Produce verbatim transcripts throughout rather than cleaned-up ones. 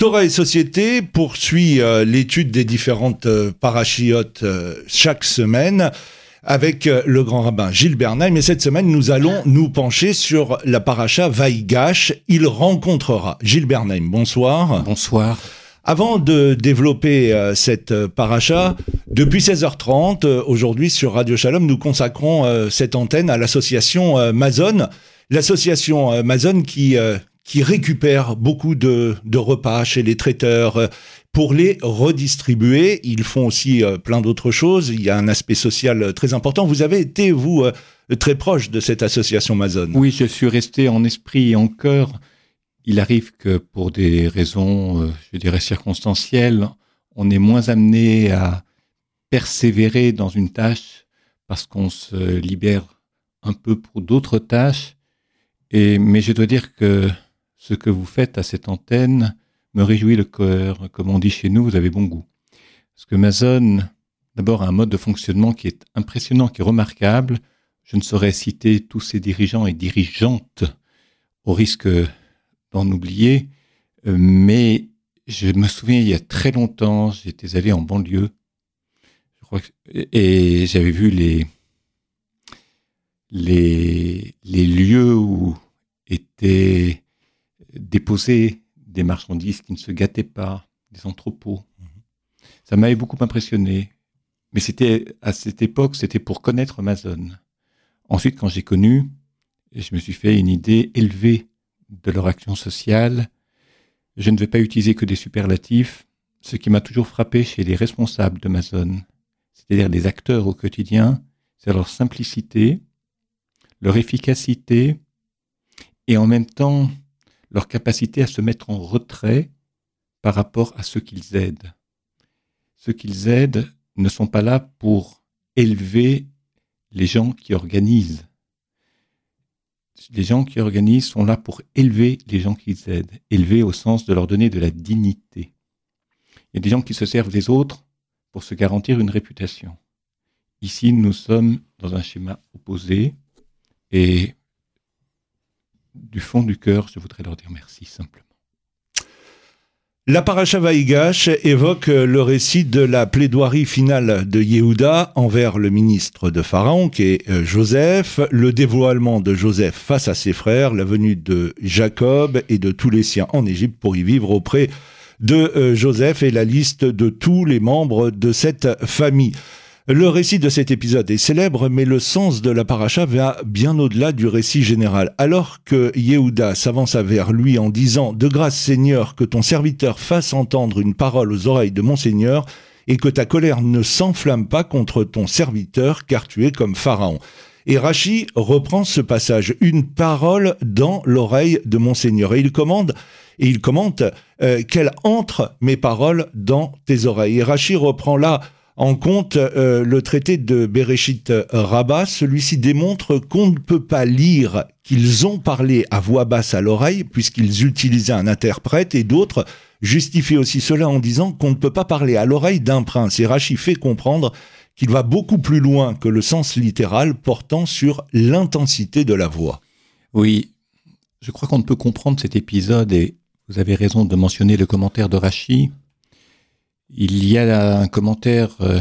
Torah et Société poursuit euh, l'étude des différentes euh, parachiotes euh, chaque semaine avec euh, le grand rabbin Gilles Bernheim. Et cette semaine, nous allons nous pencher sur la paracha Vaïgash. Il rencontrera Gilles Bernheim. Bonsoir. Bonsoir. Avant de développer euh, cette euh, paracha, depuis seize heures trente, euh, aujourd'hui sur Radio Shalom, nous consacrons euh, cette antenne à l'association euh, Mazon. L'association euh, Mazon qui... Euh, qui récupèrent beaucoup de, de repas chez les traiteurs euh, pour les redistribuer. Ils font aussi euh, plein d'autres choses. Il y a un aspect social euh, très important. Vous avez été, vous, euh, très proche de cette association Mazon. Oui, je suis resté en esprit et en cœur. Il arrive que pour des raisons, euh, je dirais, circonstancielles, on est moins amené à persévérer dans une tâche parce qu'on se libère un peu pour d'autres tâches. Et, mais je dois dire que ce que vous faites à cette antenne me réjouit le cœur. Comme on dit chez nous, vous avez bon goût. Parce que Mazon, d'abord, a un mode de fonctionnement qui est impressionnant, qui est remarquable. Je ne saurais citer tous ces dirigeants et dirigeantes au risque d'en oublier. Mais je me souviens, il y a très longtemps, j'étais allé en banlieue. Je crois que, et j'avais vu les, les, les lieux où étaient déposer des marchandises qui ne se gâtaient pas, des entrepôts. Mmh. Ça m'avait beaucoup impressionné. Mais c'était, à cette époque, c'était pour connaître Mazon. Ensuite, quand j'ai connu, je me suis fait une idée élevée de leur action sociale. Je ne vais pas utiliser que des superlatifs. Ce qui m'a toujours frappé chez les responsables de Mazon, c'est-à-dire les acteurs au quotidien, c'est leur simplicité, leur efficacité et en même temps leur capacité à se mettre en retrait par rapport à ceux qu'ils aident. Ceux qu'ils aident ne sont pas là pour élever les gens qui organisent. Les gens qui organisent sont là pour élever les gens qu'ils aident, élever au sens de leur donner de la dignité. Il y a des gens qui se servent des autres pour se garantir une réputation. Ici, nous sommes dans un schéma opposé et du fond du cœur, je voudrais leur dire merci simplement. La paracha Vaïgash évoque le récit de la plaidoirie finale de Yehuda envers le ministre de Pharaon, qui est Joseph, le dévoilement de Joseph face à ses frères, la venue de Jacob et de tous les siens en Égypte pour y vivre auprès de Joseph et la liste de tous les membres de cette famille. Le récit de cet épisode est célèbre, mais le sens de la paracha va bien au-delà du récit général. Alors que Yehuda s'avance vers lui en disant « De grâce, Seigneur, que ton serviteur fasse entendre une parole aux oreilles de mon Seigneur, et que ta colère ne s'enflamme pas contre ton serviteur, car tu es comme Pharaon. » Et Rashi reprend ce passage, une parole dans l'oreille de mon Seigneur. Et il commande, et il commente euh, qu'elle entre mes paroles dans tes oreilles. Et Rashi reprend là en compte euh, le traité de Bereshit Rabbah. Celui-ci démontre qu'on ne peut pas lire qu'ils ont parlé à voix basse à l'oreille, puisqu'ils utilisaient un interprète, et d'autres justifient aussi cela en disant qu'on ne peut pas parler à l'oreille d'un prince. Et Rashi fait comprendre qu'il va beaucoup plus loin que le sens littéral portant sur l'intensité de la voix. Oui, je crois qu'on ne peut comprendre cet épisode, et vous avez raison de mentionner le commentaire de Rashi. Il y a un commentaire euh,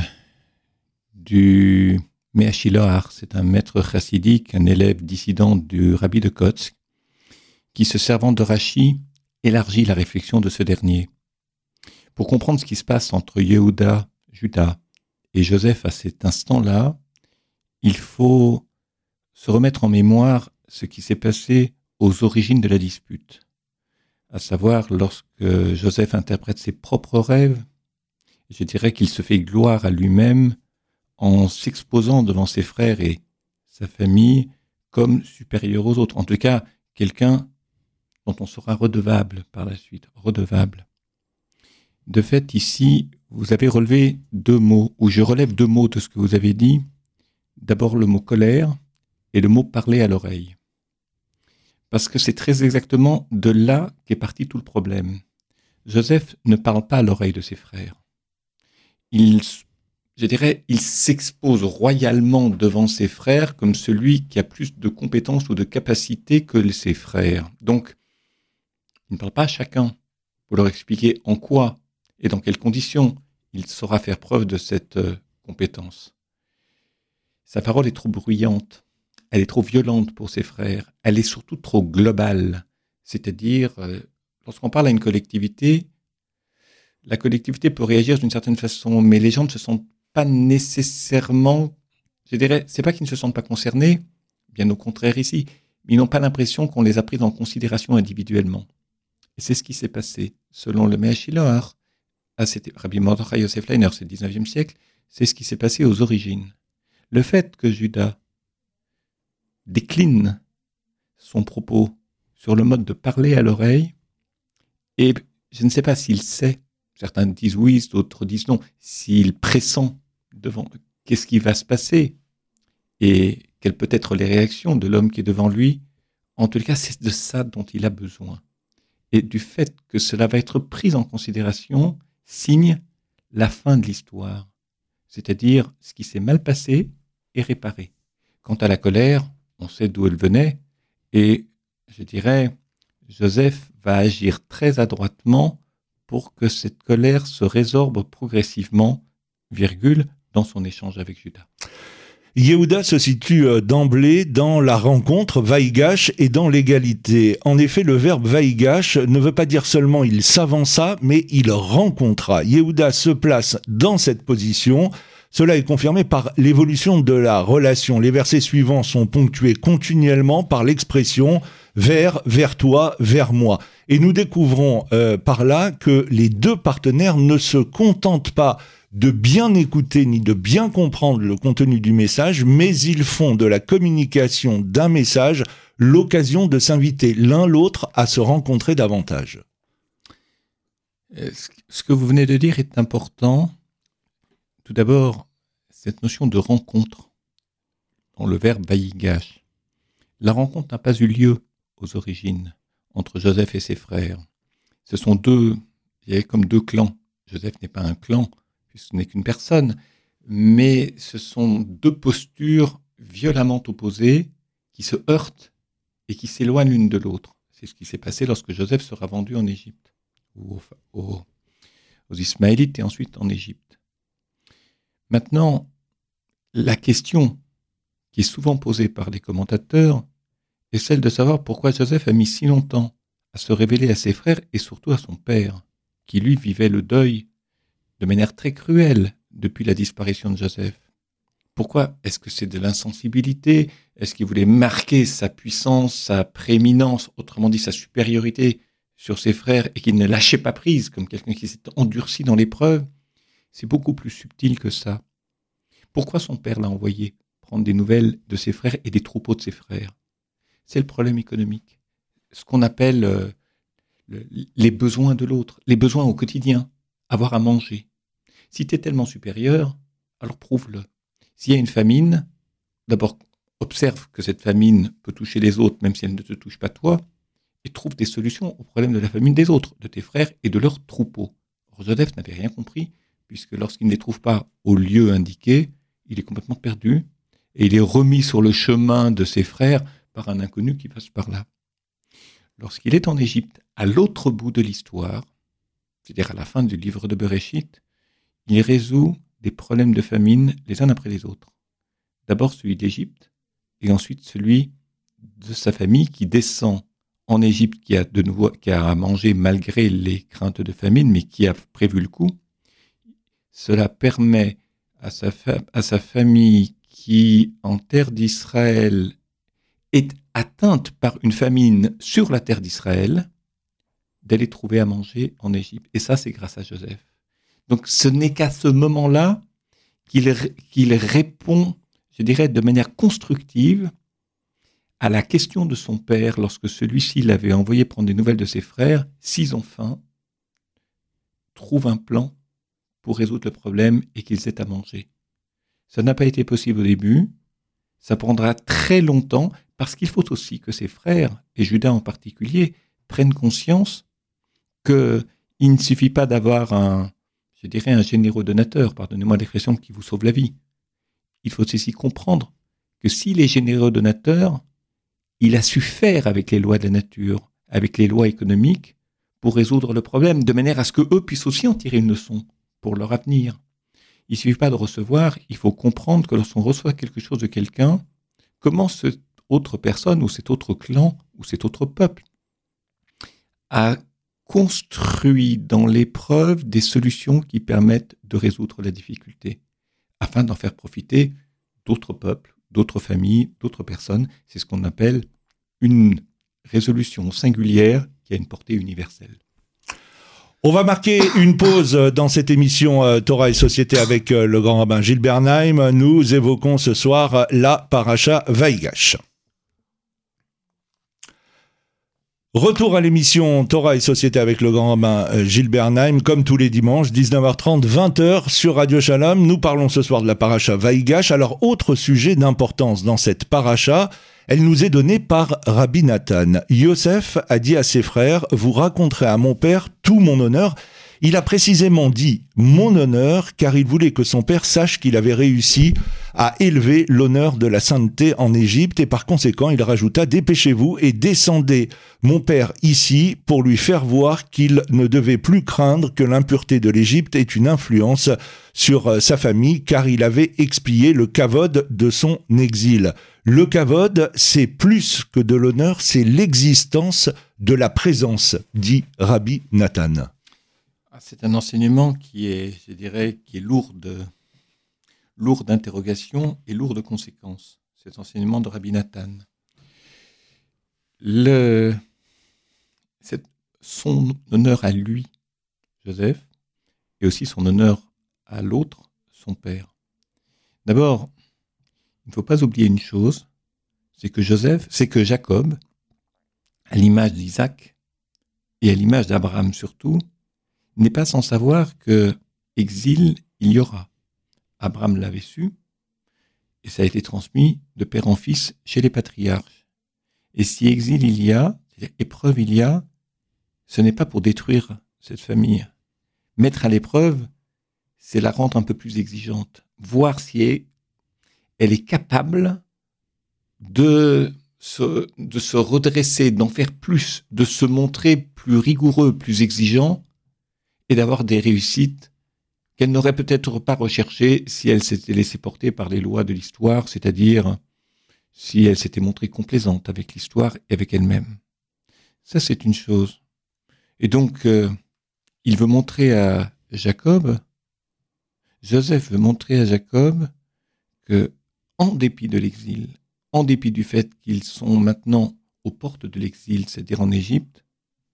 du Me'ashiloach, c'est un maître chassidique, un élève dissident du rabbi de Kotsk, qui, se servant de Rashi, élargit la réflexion de ce dernier. Pour comprendre ce qui se passe entre Yehuda, Juda et Joseph à cet instant-là, il faut se remettre en mémoire ce qui s'est passé aux origines de la dispute, à savoir lorsque Joseph interprète ses propres rêves. Je dirais qu'il se fait gloire à lui-même en s'exposant devant ses frères et sa famille comme supérieur aux autres. En tout cas, quelqu'un dont on sera redevable par la suite, redevable. De fait, ici, vous avez relevé deux mots, ou je relève deux mots de ce que vous avez dit. D'abord le mot colère et le mot parler à l'oreille. Parce que c'est très exactement de là qu'est parti tout le problème. Joseph ne parle pas à l'oreille de ses frères. Il, je dirais, il s'expose royalement devant ses frères comme celui qui a plus de compétences ou de capacités que ses frères. Donc, il ne parle pas à chacun pour leur expliquer en quoi et dans quelles conditions il saura faire preuve de cette euh, compétence. Sa parole est trop bruyante, elle est trop violente pour ses frères, elle est surtout trop globale, c'est-à-dire, euh, lorsqu'on parle à une collectivité, la collectivité peut réagir d'une certaine façon, mais les gens ne se sentent pas nécessairement, je dirais, c'est pas qu'ils ne se sentent pas concernés, bien au contraire ici, mais ils n'ont pas l'impression qu'on les a pris en considération individuellement. Et c'est ce qui s'est passé, selon le Mea Shiloach, ah, c'était Rabbi Mordechai Yosef Leiner, c'est le dix-neuvième siècle, c'est ce qui s'est passé aux origines. Le fait que Judas décline son propos sur le mode de parler à l'oreille, et je ne sais pas s'il sait, certains disent oui, d'autres disent non, s'il pressent devant qu'est-ce qui va se passer et quelles peuvent être les réactions de l'homme qui est devant lui, en tout cas c'est de ça dont il a besoin. Et du fait que cela va être pris en considération, signe la fin de l'histoire, c'est-à-dire ce qui s'est mal passé est réparé. Quant à la colère, on sait d'où elle venait, et je dirais, Joseph va agir très adroitement pour que cette colère se résorbe progressivement, virgule, dans son échange avec Judas. Yehuda se situe d'emblée dans la rencontre Vaïgash et dans l'égalité. En effet, le verbe Vaïgash ne veut pas dire seulement il s'avança, mais il rencontra. Yehuda se place dans cette position. Cela est confirmé par l'évolution de la relation. Les versets suivants sont ponctués continuellement par l'expression « vers, vers toi, vers moi ». Et nous découvrons euh, par là que les deux partenaires ne se contentent pas de bien écouter ni de bien comprendre le contenu du message, mais ils font de la communication d'un message l'occasion de s'inviter l'un l'autre à se rencontrer davantage. Ce que vous venez de dire est important. Tout d'abord, cette notion de rencontre, dans le verbe vaïgash. La rencontre n'a pas eu lieu aux origines entre Joseph et ses frères. Ce sont deux, il y avait comme deux clans. Joseph n'est pas un clan, ce n'est qu'une personne, mais ce sont deux postures violemment opposées qui se heurtent et qui s'éloignent l'une de l'autre. C'est ce qui s'est passé lorsque Joseph sera vendu en Égypte, ou aux, aux, aux Ismaélites et ensuite en Égypte. Maintenant, la question qui est souvent posée par les commentateurs est celle de savoir pourquoi Joseph a mis si longtemps à se révéler à ses frères et surtout à son père, qui lui vivait le deuil de manière très cruelle depuis la disparition de Joseph. Pourquoi? Est-ce que c'est de l'insensibilité? Est-ce qu'il voulait marquer sa puissance, sa prééminence, autrement dit sa supériorité sur ses frères et qu'il ne lâchait pas prise comme quelqu'un qui s'est endurci dans l'épreuve? C'est beaucoup plus subtil que ça. Pourquoi son père l'a envoyé prendre des nouvelles de ses frères et des troupeaux de ses frères? C'est le problème économique. Ce qu'on appelle euh, le, les besoins de l'autre, les besoins au quotidien, avoir à manger. Si tu es tellement supérieur, alors prouve-le. S'il y a une famine, d'abord observe que cette famine peut toucher les autres, même si elle ne te touche pas toi, et trouve des solutions au problème de la famine des autres, de tes frères et de leurs troupeaux. Joseph n'avait rien compris, puisque lorsqu'il ne les trouve pas au lieu indiqué, il est complètement perdu, et il est remis sur le chemin de ses frères par un inconnu qui passe par là. Lorsqu'il est en Égypte, à l'autre bout de l'histoire, c'est-à-dire à la fin du livre de Bereshit, il résout des problèmes de famine les uns après les autres. D'abord celui d'Égypte, et ensuite celui de sa famille qui descend en Égypte, qui a de nouveau qui a à manger malgré les craintes de famine, mais qui a prévu le coup. Cela permet à sa, fa- à sa famille qui, en terre d'Israël, est atteinte par une famine sur la terre d'Israël, d'aller trouver à manger en Égypte. Et ça, c'est grâce à Joseph. Donc, ce n'est qu'à ce moment-là qu'il, qu'il répond, je dirais, de manière constructive à la question de son père lorsque celui-ci l'avait envoyé prendre des nouvelles de ses frères, s'ils ont faim, trouve un plan pour résoudre le problème et qu'ils aient à manger. Ça n'a pas été possible au début, ça prendra très longtemps, parce qu'il faut aussi que ses frères, et Judas en particulier, prennent conscience qu'il ne suffit pas d'avoir un, je dirais, un généreux donateur, pardonnez-moi l'expression, qui vous sauve la vie. Il faut aussi comprendre que s'il est généreux donateur, il a su faire avec les lois de la nature, avec les lois économiques, pour résoudre le problème, de manière à ce qu'eux puissent aussi en tirer une leçon pour leur avenir. Il ne suffit pas de recevoir, il faut comprendre que lorsqu'on reçoit quelque chose de quelqu'un, comment cette autre personne ou cet autre clan ou cet autre peuple a construit dans l'épreuve des solutions qui permettent de résoudre la difficulté, afin d'en faire profiter d'autres peuples, d'autres familles, d'autres personnes. C'est ce qu'on appelle une résolution singulière qui a une portée universelle. On va marquer une pause dans cette émission euh, Torah et Société avec euh, le grand rabbin Gilles Bernheim. Nous évoquons ce soir euh, la Paracha Vaïgash. Retour à l'émission Torah et Société avec le grand rabbin euh, Gilles Bernheim, comme tous les dimanches, dix-neuf heures trente, vingt heures sur Radio Shalom. Nous parlons ce soir de la Paracha Vaïgash. Alors, autre sujet d'importance dans cette Paracha, elle nous est donnée par Rabbi Nathan. Yosef a dit à ses frères, « Vous raconterez à mon père tout mon honneur ». Il a précisément dit « mon honneur » car il voulait que son père sache qu'il avait réussi à élever l'honneur de la sainteté en Égypte et par conséquent il rajouta « Dépêchez-vous et descendez mon père ici pour lui faire voir qu'il ne devait plus craindre que l'impureté de l'Égypte ait une influence sur sa famille car il avait expié le kavod de son exil ». Le kavod, c'est plus que de l'honneur, c'est l'existence de la présence, dit Rabbi Nathan. C'est un enseignement qui est, je dirais, qui est lourd de, lourd d'interrogations et lourd de conséquences. Cet enseignement de Rabbi Nathan. Le, c'est son honneur à lui, Joseph, et aussi son honneur à l'autre, son père. D'abord, il ne faut pas oublier une chose, c'est que Joseph, c'est que Jacob, à l'image d'Isaac et à l'image d'Abraham surtout, n'est pas sans savoir que exil il y aura. Abraham l'avait su et ça a été transmis de père en fils chez les patriarches. Et si exil il y a, c'est-à-dire épreuve il y a, ce n'est pas pour détruire cette famille. Mettre à l'épreuve, c'est la rendre un peu plus exigeante, voir si elle elle est capable de se, de se redresser, d'en faire plus, de se montrer plus rigoureux, plus exigeant, et d'avoir des réussites qu'elle n'aurait peut-être pas recherchées si elle s'était laissée porter par les lois de l'histoire, c'est-à-dire si elle s'était montrée complaisante avec l'histoire et avec elle-même. Ça, c'est une chose. Et donc, euh, il veut montrer à Jacob, Joseph veut montrer à Jacob que, en dépit de l'exil, en dépit du fait qu'ils sont maintenant aux portes de l'exil, c'est-à-dire en Égypte,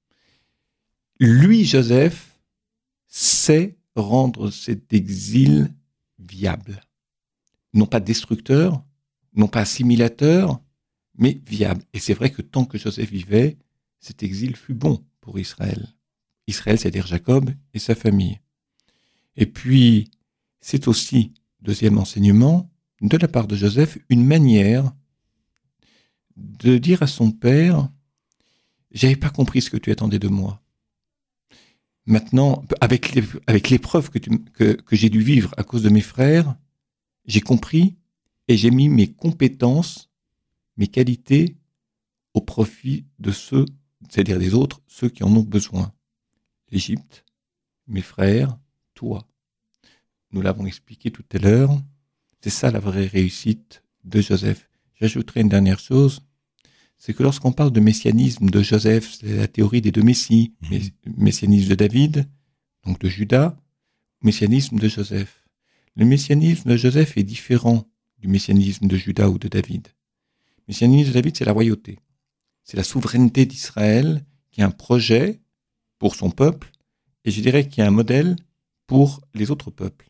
lui, Joseph, sait rendre cet exil viable. Non pas destructeur, non pas assimilateur, mais viable. Et c'est vrai que tant que Joseph vivait, cet exil fut bon pour Israël. Israël, c'est-à-dire Jacob et sa famille. Et puis, c'est aussi, deuxième enseignement, de la part de Joseph, une manière de dire à son père « J'avais pas compris ce que tu attendais de moi. Maintenant, avec, les, avec l'épreuve que, tu, que, que j'ai dû vivre à cause de mes frères, j'ai compris et j'ai mis mes compétences, mes qualités au profit de ceux, c'est-à-dire des autres, ceux qui en ont besoin. L'Égypte, mes frères, toi. » Nous l'avons expliqué tout à l'heure. C'est ça la vraie réussite de Joseph. J'ajouterai une dernière chose, c'est que lorsqu'on parle de messianisme de Joseph, c'est la théorie des deux messies, mmh. Messianisme de David, donc de Judas, messianisme de Joseph. Le messianisme de Joseph est différent du messianisme de Judas ou de David. Le messianisme de David, c'est la royauté. C'est la souveraineté d'Israël qui a un projet pour son peuple, et je dirais qu'il y a un modèle pour les autres peuples.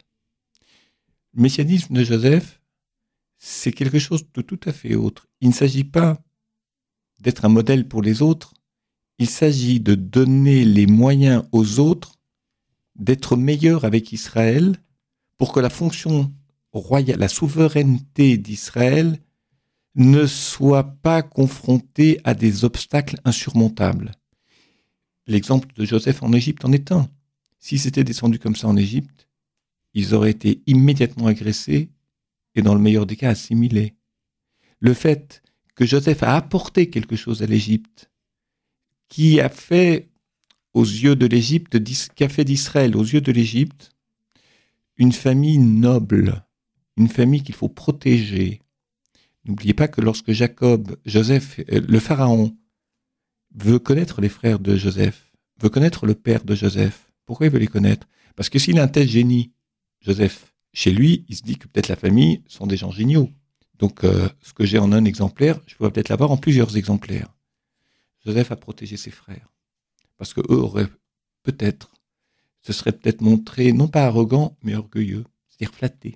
Le messianisme de Joseph, c'est quelque chose de tout à fait autre. Il ne s'agit pas d'être un modèle pour les autres, il s'agit de donner les moyens aux autres d'être meilleurs avec Israël pour que la fonction royale, la souveraineté d'Israël ne soit pas confrontée à des obstacles insurmontables. L'exemple de Joseph en Égypte en est un. S'ils étaient descendus comme ça en Égypte, ils auraient été immédiatement agressés et dans le meilleur des cas assimilés. Le fait que Joseph a apporté quelque chose à l'Égypte qui a fait aux yeux de l'Égypte, qu'a fait d'Israël aux yeux de l'Égypte une famille noble, une famille qu'il faut protéger. N'oubliez pas que lorsque Jacob, Joseph, le pharaon, veut connaître les frères de Joseph, veut connaître le père de Joseph, pourquoi il veut les connaître? Parce que s'il a un tel génie, Joseph, chez lui, il se dit que peut-être la famille sont des gens géniaux. Donc, euh, ce que j'ai en un exemplaire, je pourrais peut-être l'avoir en plusieurs exemplaires. Joseph a protégé ses frères. Parce que eux auraient peut-être, se seraient peut-être montrés, non pas arrogants, mais orgueilleux, c'est-à-dire flattés.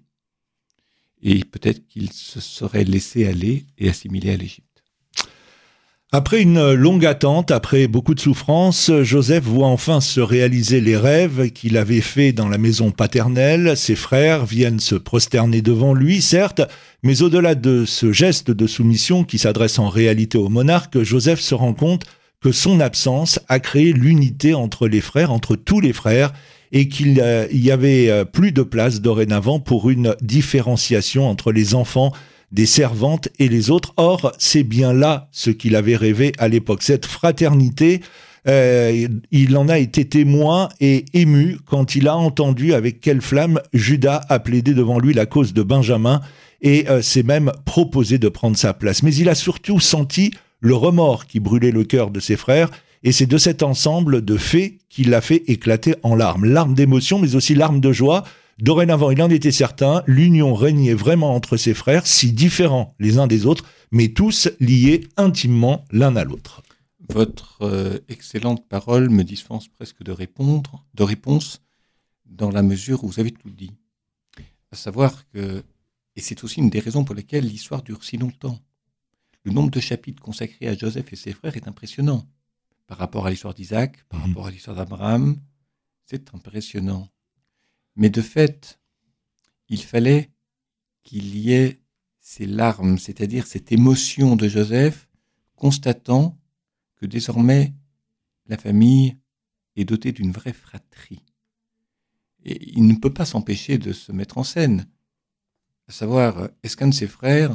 Et peut-être qu'ils se seraient laissés aller et assimilés à l'Égypte. Après une longue attente, après beaucoup de souffrance, Joseph voit enfin se réaliser les rêves qu'il avait faits dans la maison paternelle. Ses frères viennent se prosterner devant lui, certes, mais au-delà de ce geste de soumission qui s'adresse en réalité au monarque, Joseph se rend compte que son absence a créé l'unité entre les frères, entre tous les frères, et qu'il euh, y avait euh, plus de place dorénavant pour une différenciation entre les enfants des servantes et les autres. Or, c'est bien là ce qu'il avait rêvé à l'époque. Cette fraternité, euh, il en a été témoin et ému quand il a entendu avec quelle flamme Judas a plaidé devant lui la cause de Benjamin et euh, s'est même proposé de prendre sa place. Mais il a surtout senti le remords qui brûlait le cœur de ses frères, et c'est de cet ensemble de faits qu'il l'a fait éclater en larmes. Larmes d'émotion, mais aussi larmes de joie. Dorénavant, il en était certain, l'union régnait vraiment entre ses frères, si différents les uns des autres, mais tous liés intimement l'un à l'autre. Votre euh, excellente parole me dispense presque de répondre, de réponse, dans la mesure où vous avez tout dit. À savoir que, et c'est aussi une des raisons pour lesquelles l'histoire dure si longtemps, le nombre de chapitres consacrés à Joseph et ses frères est impressionnant. Par rapport à l'histoire d'Isaac, par mmh. rapport à l'histoire d'Abraham, c'est impressionnant. Mais de fait, il fallait qu'il y ait ces larmes, c'est-à-dire cette émotion de Joseph, constatant que désormais la famille est dotée d'une vraie fratrie. Et il ne peut pas s'empêcher de se mettre en scène, à savoir, est-ce qu'un de ses frères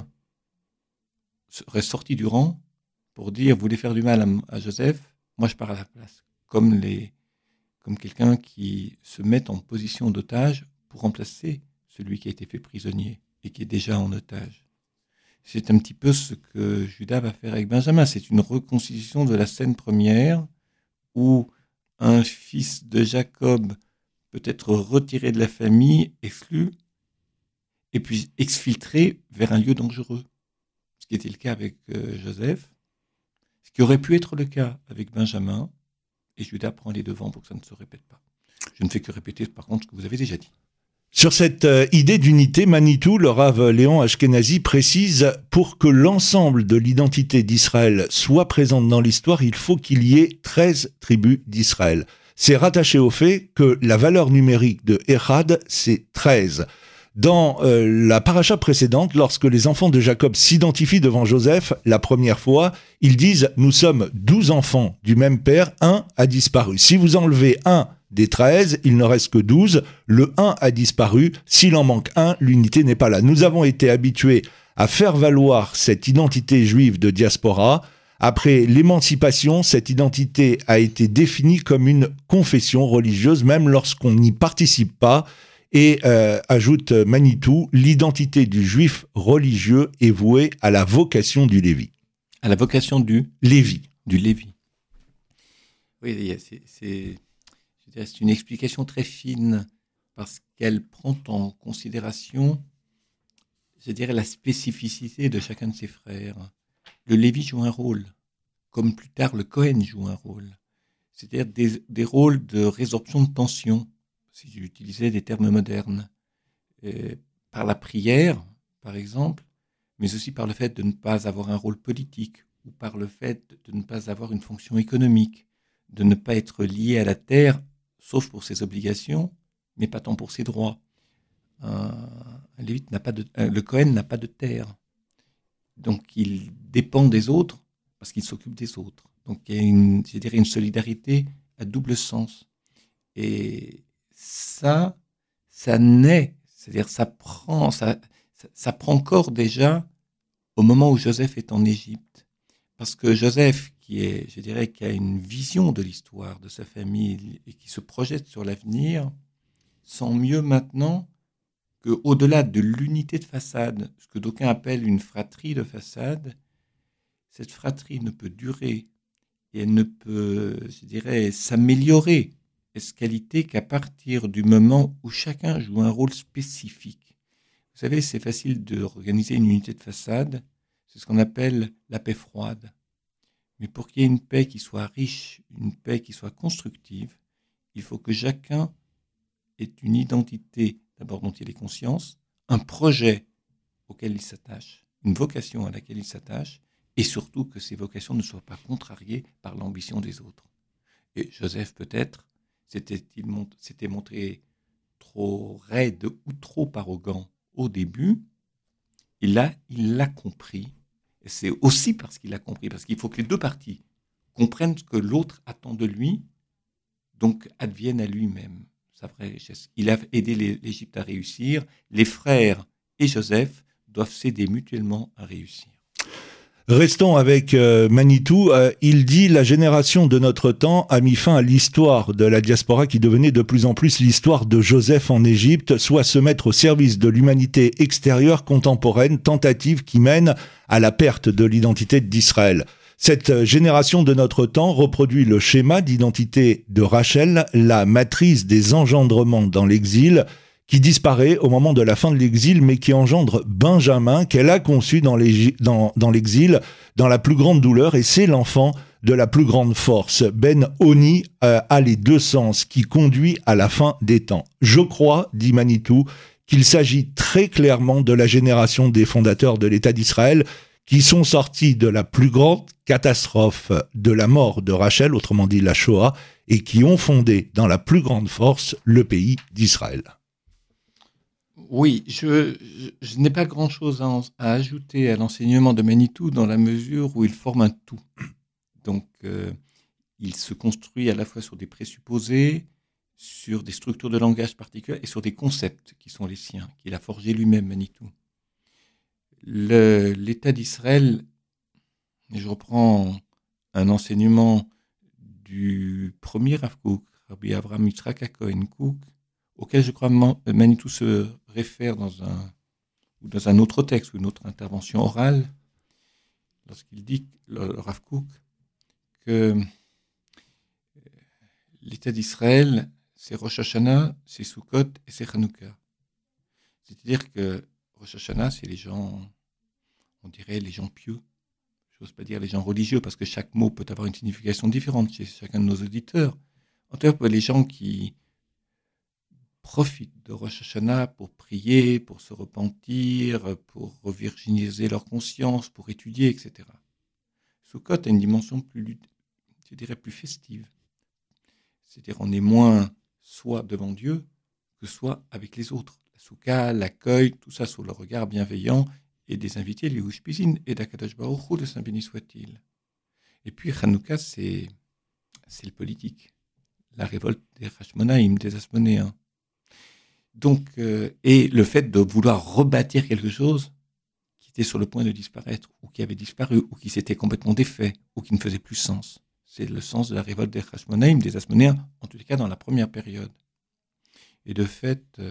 serait sorti du rang pour dire, vous voulez faire du mal à, à Joseph, moi je pars à la place, comme les... comme quelqu'un qui se met en position d'otage pour remplacer celui qui a été fait prisonnier et qui est déjà en otage. C'est un petit peu ce que Judas va faire avec Benjamin. C'est une reconstitution de la scène première où un fils de Jacob peut être retiré de la famille, exclu, et puis exfiltré vers un lieu dangereux. Ce qui était le cas avec euh, Joseph, ce qui aurait pu être le cas avec Benjamin, et Judas prend les devants pour que ça ne se répète pas. Je ne fais que répéter, par contre, ce que vous avez déjà dit. Sur cette euh, idée d'unité, Manitou, le Rav Léon Ashkenazi précise « Pour que l'ensemble de l'identité d'Israël soit présente dans l'histoire, il faut qu'il y ait treize tribus d'Israël. » C'est rattaché au fait que la valeur numérique de Echad, c'est treize. Dans euh, la paracha précédente, lorsque les enfants de Jacob s'identifient devant Joseph, la première fois, ils disent « Nous sommes douze enfants du même père, un a disparu. » Si vous enlevez un des treize, il ne reste que douze. Le un a disparu. S'il en manque un, l'unité n'est pas là. Nous avons été habitués à faire valoir cette identité juive de diaspora. Après l'émancipation, cette identité a été définie comme une confession religieuse, même lorsqu'on n'y participe pas. Et euh, ajoute Manitou, l'identité du juif religieux est vouée à la vocation du Lévi. À la vocation du Lévi. Du Lévi. Oui, c'est, c'est, c'est une explication très fine parce qu'elle prend en considération, je dirais, la spécificité de chacun de ses frères. Le Lévi joue un rôle, comme plus tard le Cohen joue un rôle. C'est-à-dire des, des rôles de résorption de tension, si j'utilisais des termes modernes, euh, par la prière, par exemple, mais aussi par le fait de ne pas avoir un rôle politique, ou par le fait de ne pas avoir une fonction économique, de ne pas être lié à la terre, sauf pour ses obligations, mais pas tant pour ses droits. Un, un lévite n'a pas de, un, le Cohen n'a pas de terre, donc il dépend des autres parce qu'il s'occupe des autres. Donc il y a une, je dirais, une solidarité à double sens. Et ça, ça naît, c'est-à-dire ça prend, ça, ça, ça prend corps déjà au moment où Joseph est en Égypte. Parce que Joseph, qui est, je dirais, qui a une vision de l'histoire, de sa famille, et qui se projette sur l'avenir, sent mieux maintenant qu'au-delà de l'unité de façade, ce que d'aucuns appellent une fratrie de façade, cette fratrie ne peut durer et elle ne peut, je dirais, s'améliorer, escalité qu'à partir du moment où chacun joue un rôle spécifique. Vous savez, c'est facile d'organiser une unité de façade, c'est ce qu'on appelle la paix froide. Mais pour qu'il y ait une paix qui soit riche, une paix qui soit constructive, il faut que chacun ait une identité, d'abord dont il ait conscience, un projet auquel il s'attache, une vocation à laquelle il s'attache, et surtout que ces vocations ne soient pas contrariées par l'ambition des autres. Et Joseph, peut-être, s'était-il mont- s'était montré trop raide ou trop arrogant au début, et là, il l'a compris. Et c'est aussi parce qu'il l'a compris, parce qu'il faut que les deux parties comprennent ce que l'autre attend de lui, donc advienne à lui-même sa vraie richesse. Il a aidé les- l'Égypte à réussir, les frères et Joseph doivent s'aider mutuellement à réussir. Restons avec euh, Manitou. Euh, il dit « La génération de notre temps a mis fin à l'histoire de la diaspora qui devenait de plus en plus l'histoire de Joseph en Égypte, soit se mettre au service de l'humanité extérieure contemporaine, tentative qui mène à la perte de l'identité d'Israël. » Cette génération de notre temps reproduit le schéma d'identité de Rachel, la matrice des engendrements dans l'exil, qui disparaît au moment de la fin de l'exil, mais qui engendre Benjamin, qu'elle a conçu dans, dans, dans l'exil, dans la plus grande douleur, et c'est l'enfant de la plus grande force. Ben Oni euh, a les deux sens, qui conduit à la fin des temps. Je crois, dit Manitou, qu'il s'agit très clairement de la génération des fondateurs de l'État d'Israël, qui sont sortis de la plus grande catastrophe de la mort de Rachel, autrement dit la Shoah, et qui ont fondé dans la plus grande force le pays d'Israël. Oui, je, je, je n'ai pas grand-chose à, à ajouter à l'enseignement de Manitou dans la mesure où il forme un tout. Donc, euh, il se construit à la fois sur des présupposés, sur des structures de langage particulières et sur des concepts qui sont les siens, qu'il a forgés lui-même, Manitou. Le, L'État d'Israël, et je reprends un enseignement du premier Rav Kook, Rabbi Avraham Yitzhak HaKohen Kook, auquel je crois Manitou se réfère dans un, ou dans un autre texte ou une autre intervention orale, lorsqu'il dit, le, le Rav Kook, que l'État d'Israël, c'est Rosh Hashanah, c'est Sukkot et c'est Hanouka. C'est-à-dire que Rosh Hashanah, c'est les gens, on dirait les gens pieux. Je n'ose pas dire les gens religieux, parce que chaque mot peut avoir une signification différente chez chacun de nos auditeurs. En tout cas, les gens qui profitent de Rosh Hashanah pour prier, pour se repentir, pour revirginiser leur conscience, pour étudier, et cetera. Sukkot a une dimension plus, je dirais, plus festive. C'est-à-dire on est moins soit devant Dieu que soit avec les autres. La soukha, l'accueil, tout ça sous le regard bienveillant et des invités, les Ushpizin et d'Akadosh Baruch Hu, de Saint béni soit-il. Et puis Hanouka, c'est, c'est le politique. La révolte des Hashmonaïm, des Asmonéens. Donc, euh, et le fait de vouloir rebâtir quelque chose qui était sur le point de disparaître, ou qui avait disparu, ou qui s'était complètement défait, ou qui ne faisait plus sens. C'est le sens de la révolte des Hashmonaïm, des Asmonéens, en tout cas dans la première période. Et de fait, euh,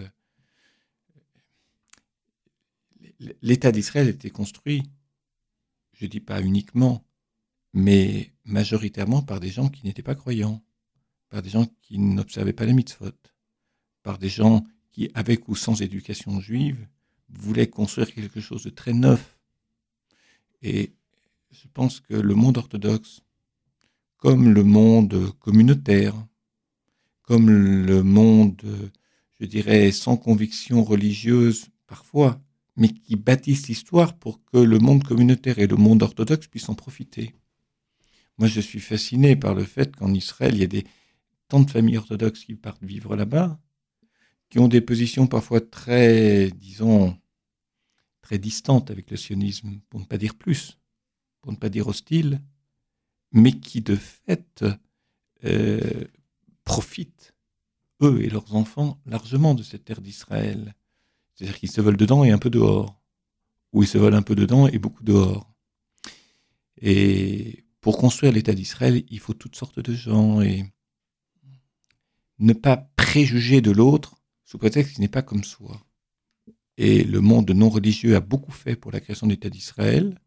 l'État d'Israël était construit, je ne dis pas uniquement, mais majoritairement par des gens qui n'étaient pas croyants, par des gens qui n'observaient pas les mitzvot, par des gens qui, avec ou sans éducation juive, voulaient construire quelque chose de très neuf. Et je pense que le monde orthodoxe, comme le monde communautaire, comme le monde, je dirais, sans conviction religieuse parfois, mais qui bâtissent l'histoire pour que le monde communautaire et le monde orthodoxe puissent en profiter. Moi, je suis fasciné par le fait qu'en Israël, il y a des, tant de familles orthodoxes qui partent vivre là-bas, qui ont des positions parfois très, disons, très distantes avec le sionisme, pour ne pas dire plus, pour ne pas dire hostile, mais qui de fait euh, profitent, eux et leurs enfants, largement de cette terre d'Israël. C'est-à-dire qu'ils se veulent dedans et un peu dehors, ou ils se veulent un peu dedans et beaucoup dehors. Et pour construire l'État d'Israël, il faut toutes sortes de gens et ne pas préjuger de l'autre sous prétexte qu'il n'est pas comme soi. Et le monde non religieux a beaucoup fait pour la création de l'État d'Israël.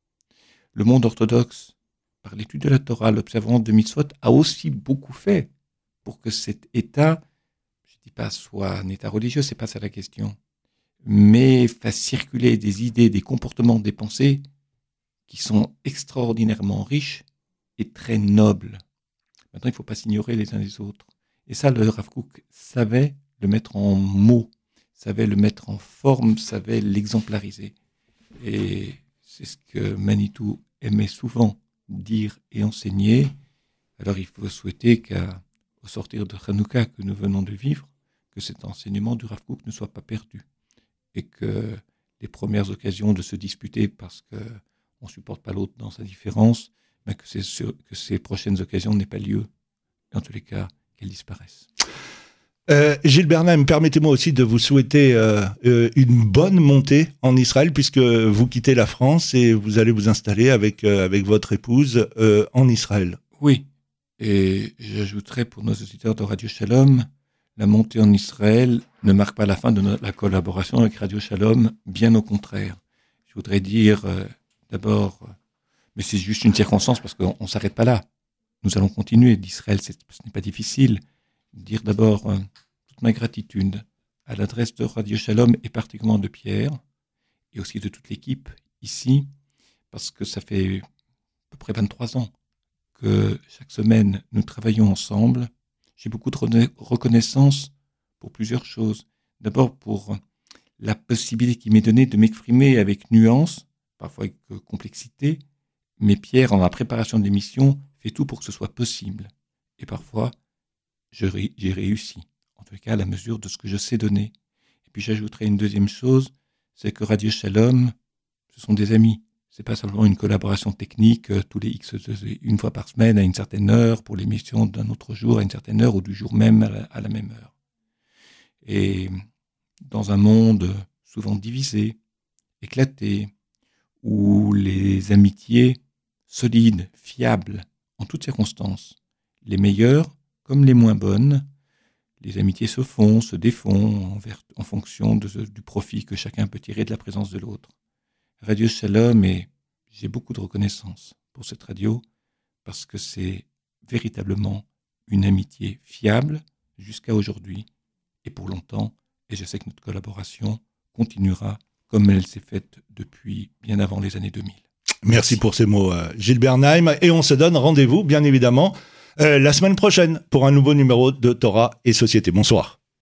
Le monde orthodoxe, par l'étude de la Torah, l'observance de mitzvot, a aussi beaucoup fait pour que cet État, je ne dis pas soit un État religieux, c'est pas ça la question, mais fasse circuler des idées, des comportements, des pensées qui sont extraordinairement riches et très nobles. Maintenant, il ne faut pas s'ignorer les uns les autres. Et ça, le Rav Kook savait le mettre en mots, savait le mettre en forme, savait l'exemplariser. Et c'est ce que Manitou aimait souvent dire et enseigner. Alors il faut souhaiter qu'à au sortir de Hanouka que nous venons de vivre, que cet enseignement du Rav Kook ne soit pas perdu. Et que les premières occasions de se disputer parce qu'on ne supporte pas l'autre dans sa différence, mais que, c'est sûr, que ces prochaines occasions n'aient pas lieu. En tous les cas, qu'elles disparaissent. Euh, Gilles Bernheim, permettez-moi aussi de vous souhaiter euh, euh, une bonne montée en Israël, puisque vous quittez la France et vous allez vous installer avec, euh, avec votre épouse euh, en Israël. Oui, et j'ajouterai pour nos auditeurs de Radio Shalom, la montée en Israël ne marque pas la fin de notre, la collaboration avec Radio Shalom, bien au contraire. Je voudrais dire euh, d'abord, euh, mais c'est juste une circonstance parce qu'on ne s'arrête pas là. Nous allons continuer. D'Israël, c'est, ce n'est pas difficile. Dire d'abord euh, toute ma gratitude à l'adresse de Radio Shalom et particulièrement de Pierre et aussi de toute l'équipe ici, parce que ça fait à peu près vingt-trois ans que chaque semaine nous travaillons ensemble. J'ai beaucoup de reconnaissance pour plusieurs choses. D'abord pour la possibilité qui m'est donnée de m'exprimer avec nuance, parfois avec complexité, mais Pierre, en la préparation de l'émission, fait tout pour que ce soit possible. Et parfois, je ré- j'ai réussi, en tout cas à la mesure de ce que je sais donner. Et puis j'ajouterai une deuxième chose, c'est que Radio Shalom, ce sont des amis. C'est pas simplement une collaboration technique euh, tous les X, une fois par semaine à une certaine heure, pour l'émission d'un autre jour à une certaine heure, ou du jour même à la, à la même heure. Et dans un monde souvent divisé, éclaté, où les amitiés solides, fiables, en toutes circonstances, les meilleures comme les moins bonnes, les amitiés se font, se défont en, ver- en fonction de, du profit que chacun peut tirer de la présence de l'autre. Radio Shalom, et j'ai beaucoup de reconnaissance pour cette radio, parce que c'est véritablement une amitié fiable jusqu'à aujourd'hui et pour longtemps, et je sais que notre collaboration continuera comme elle s'est faite depuis bien avant les années deux mille. Merci, Merci pour ces mots, euh, Gilles Bernheim, et on se donne rendez-vous, bien évidemment, euh, la semaine prochaine pour un nouveau numéro de Torah et Société. Bonsoir.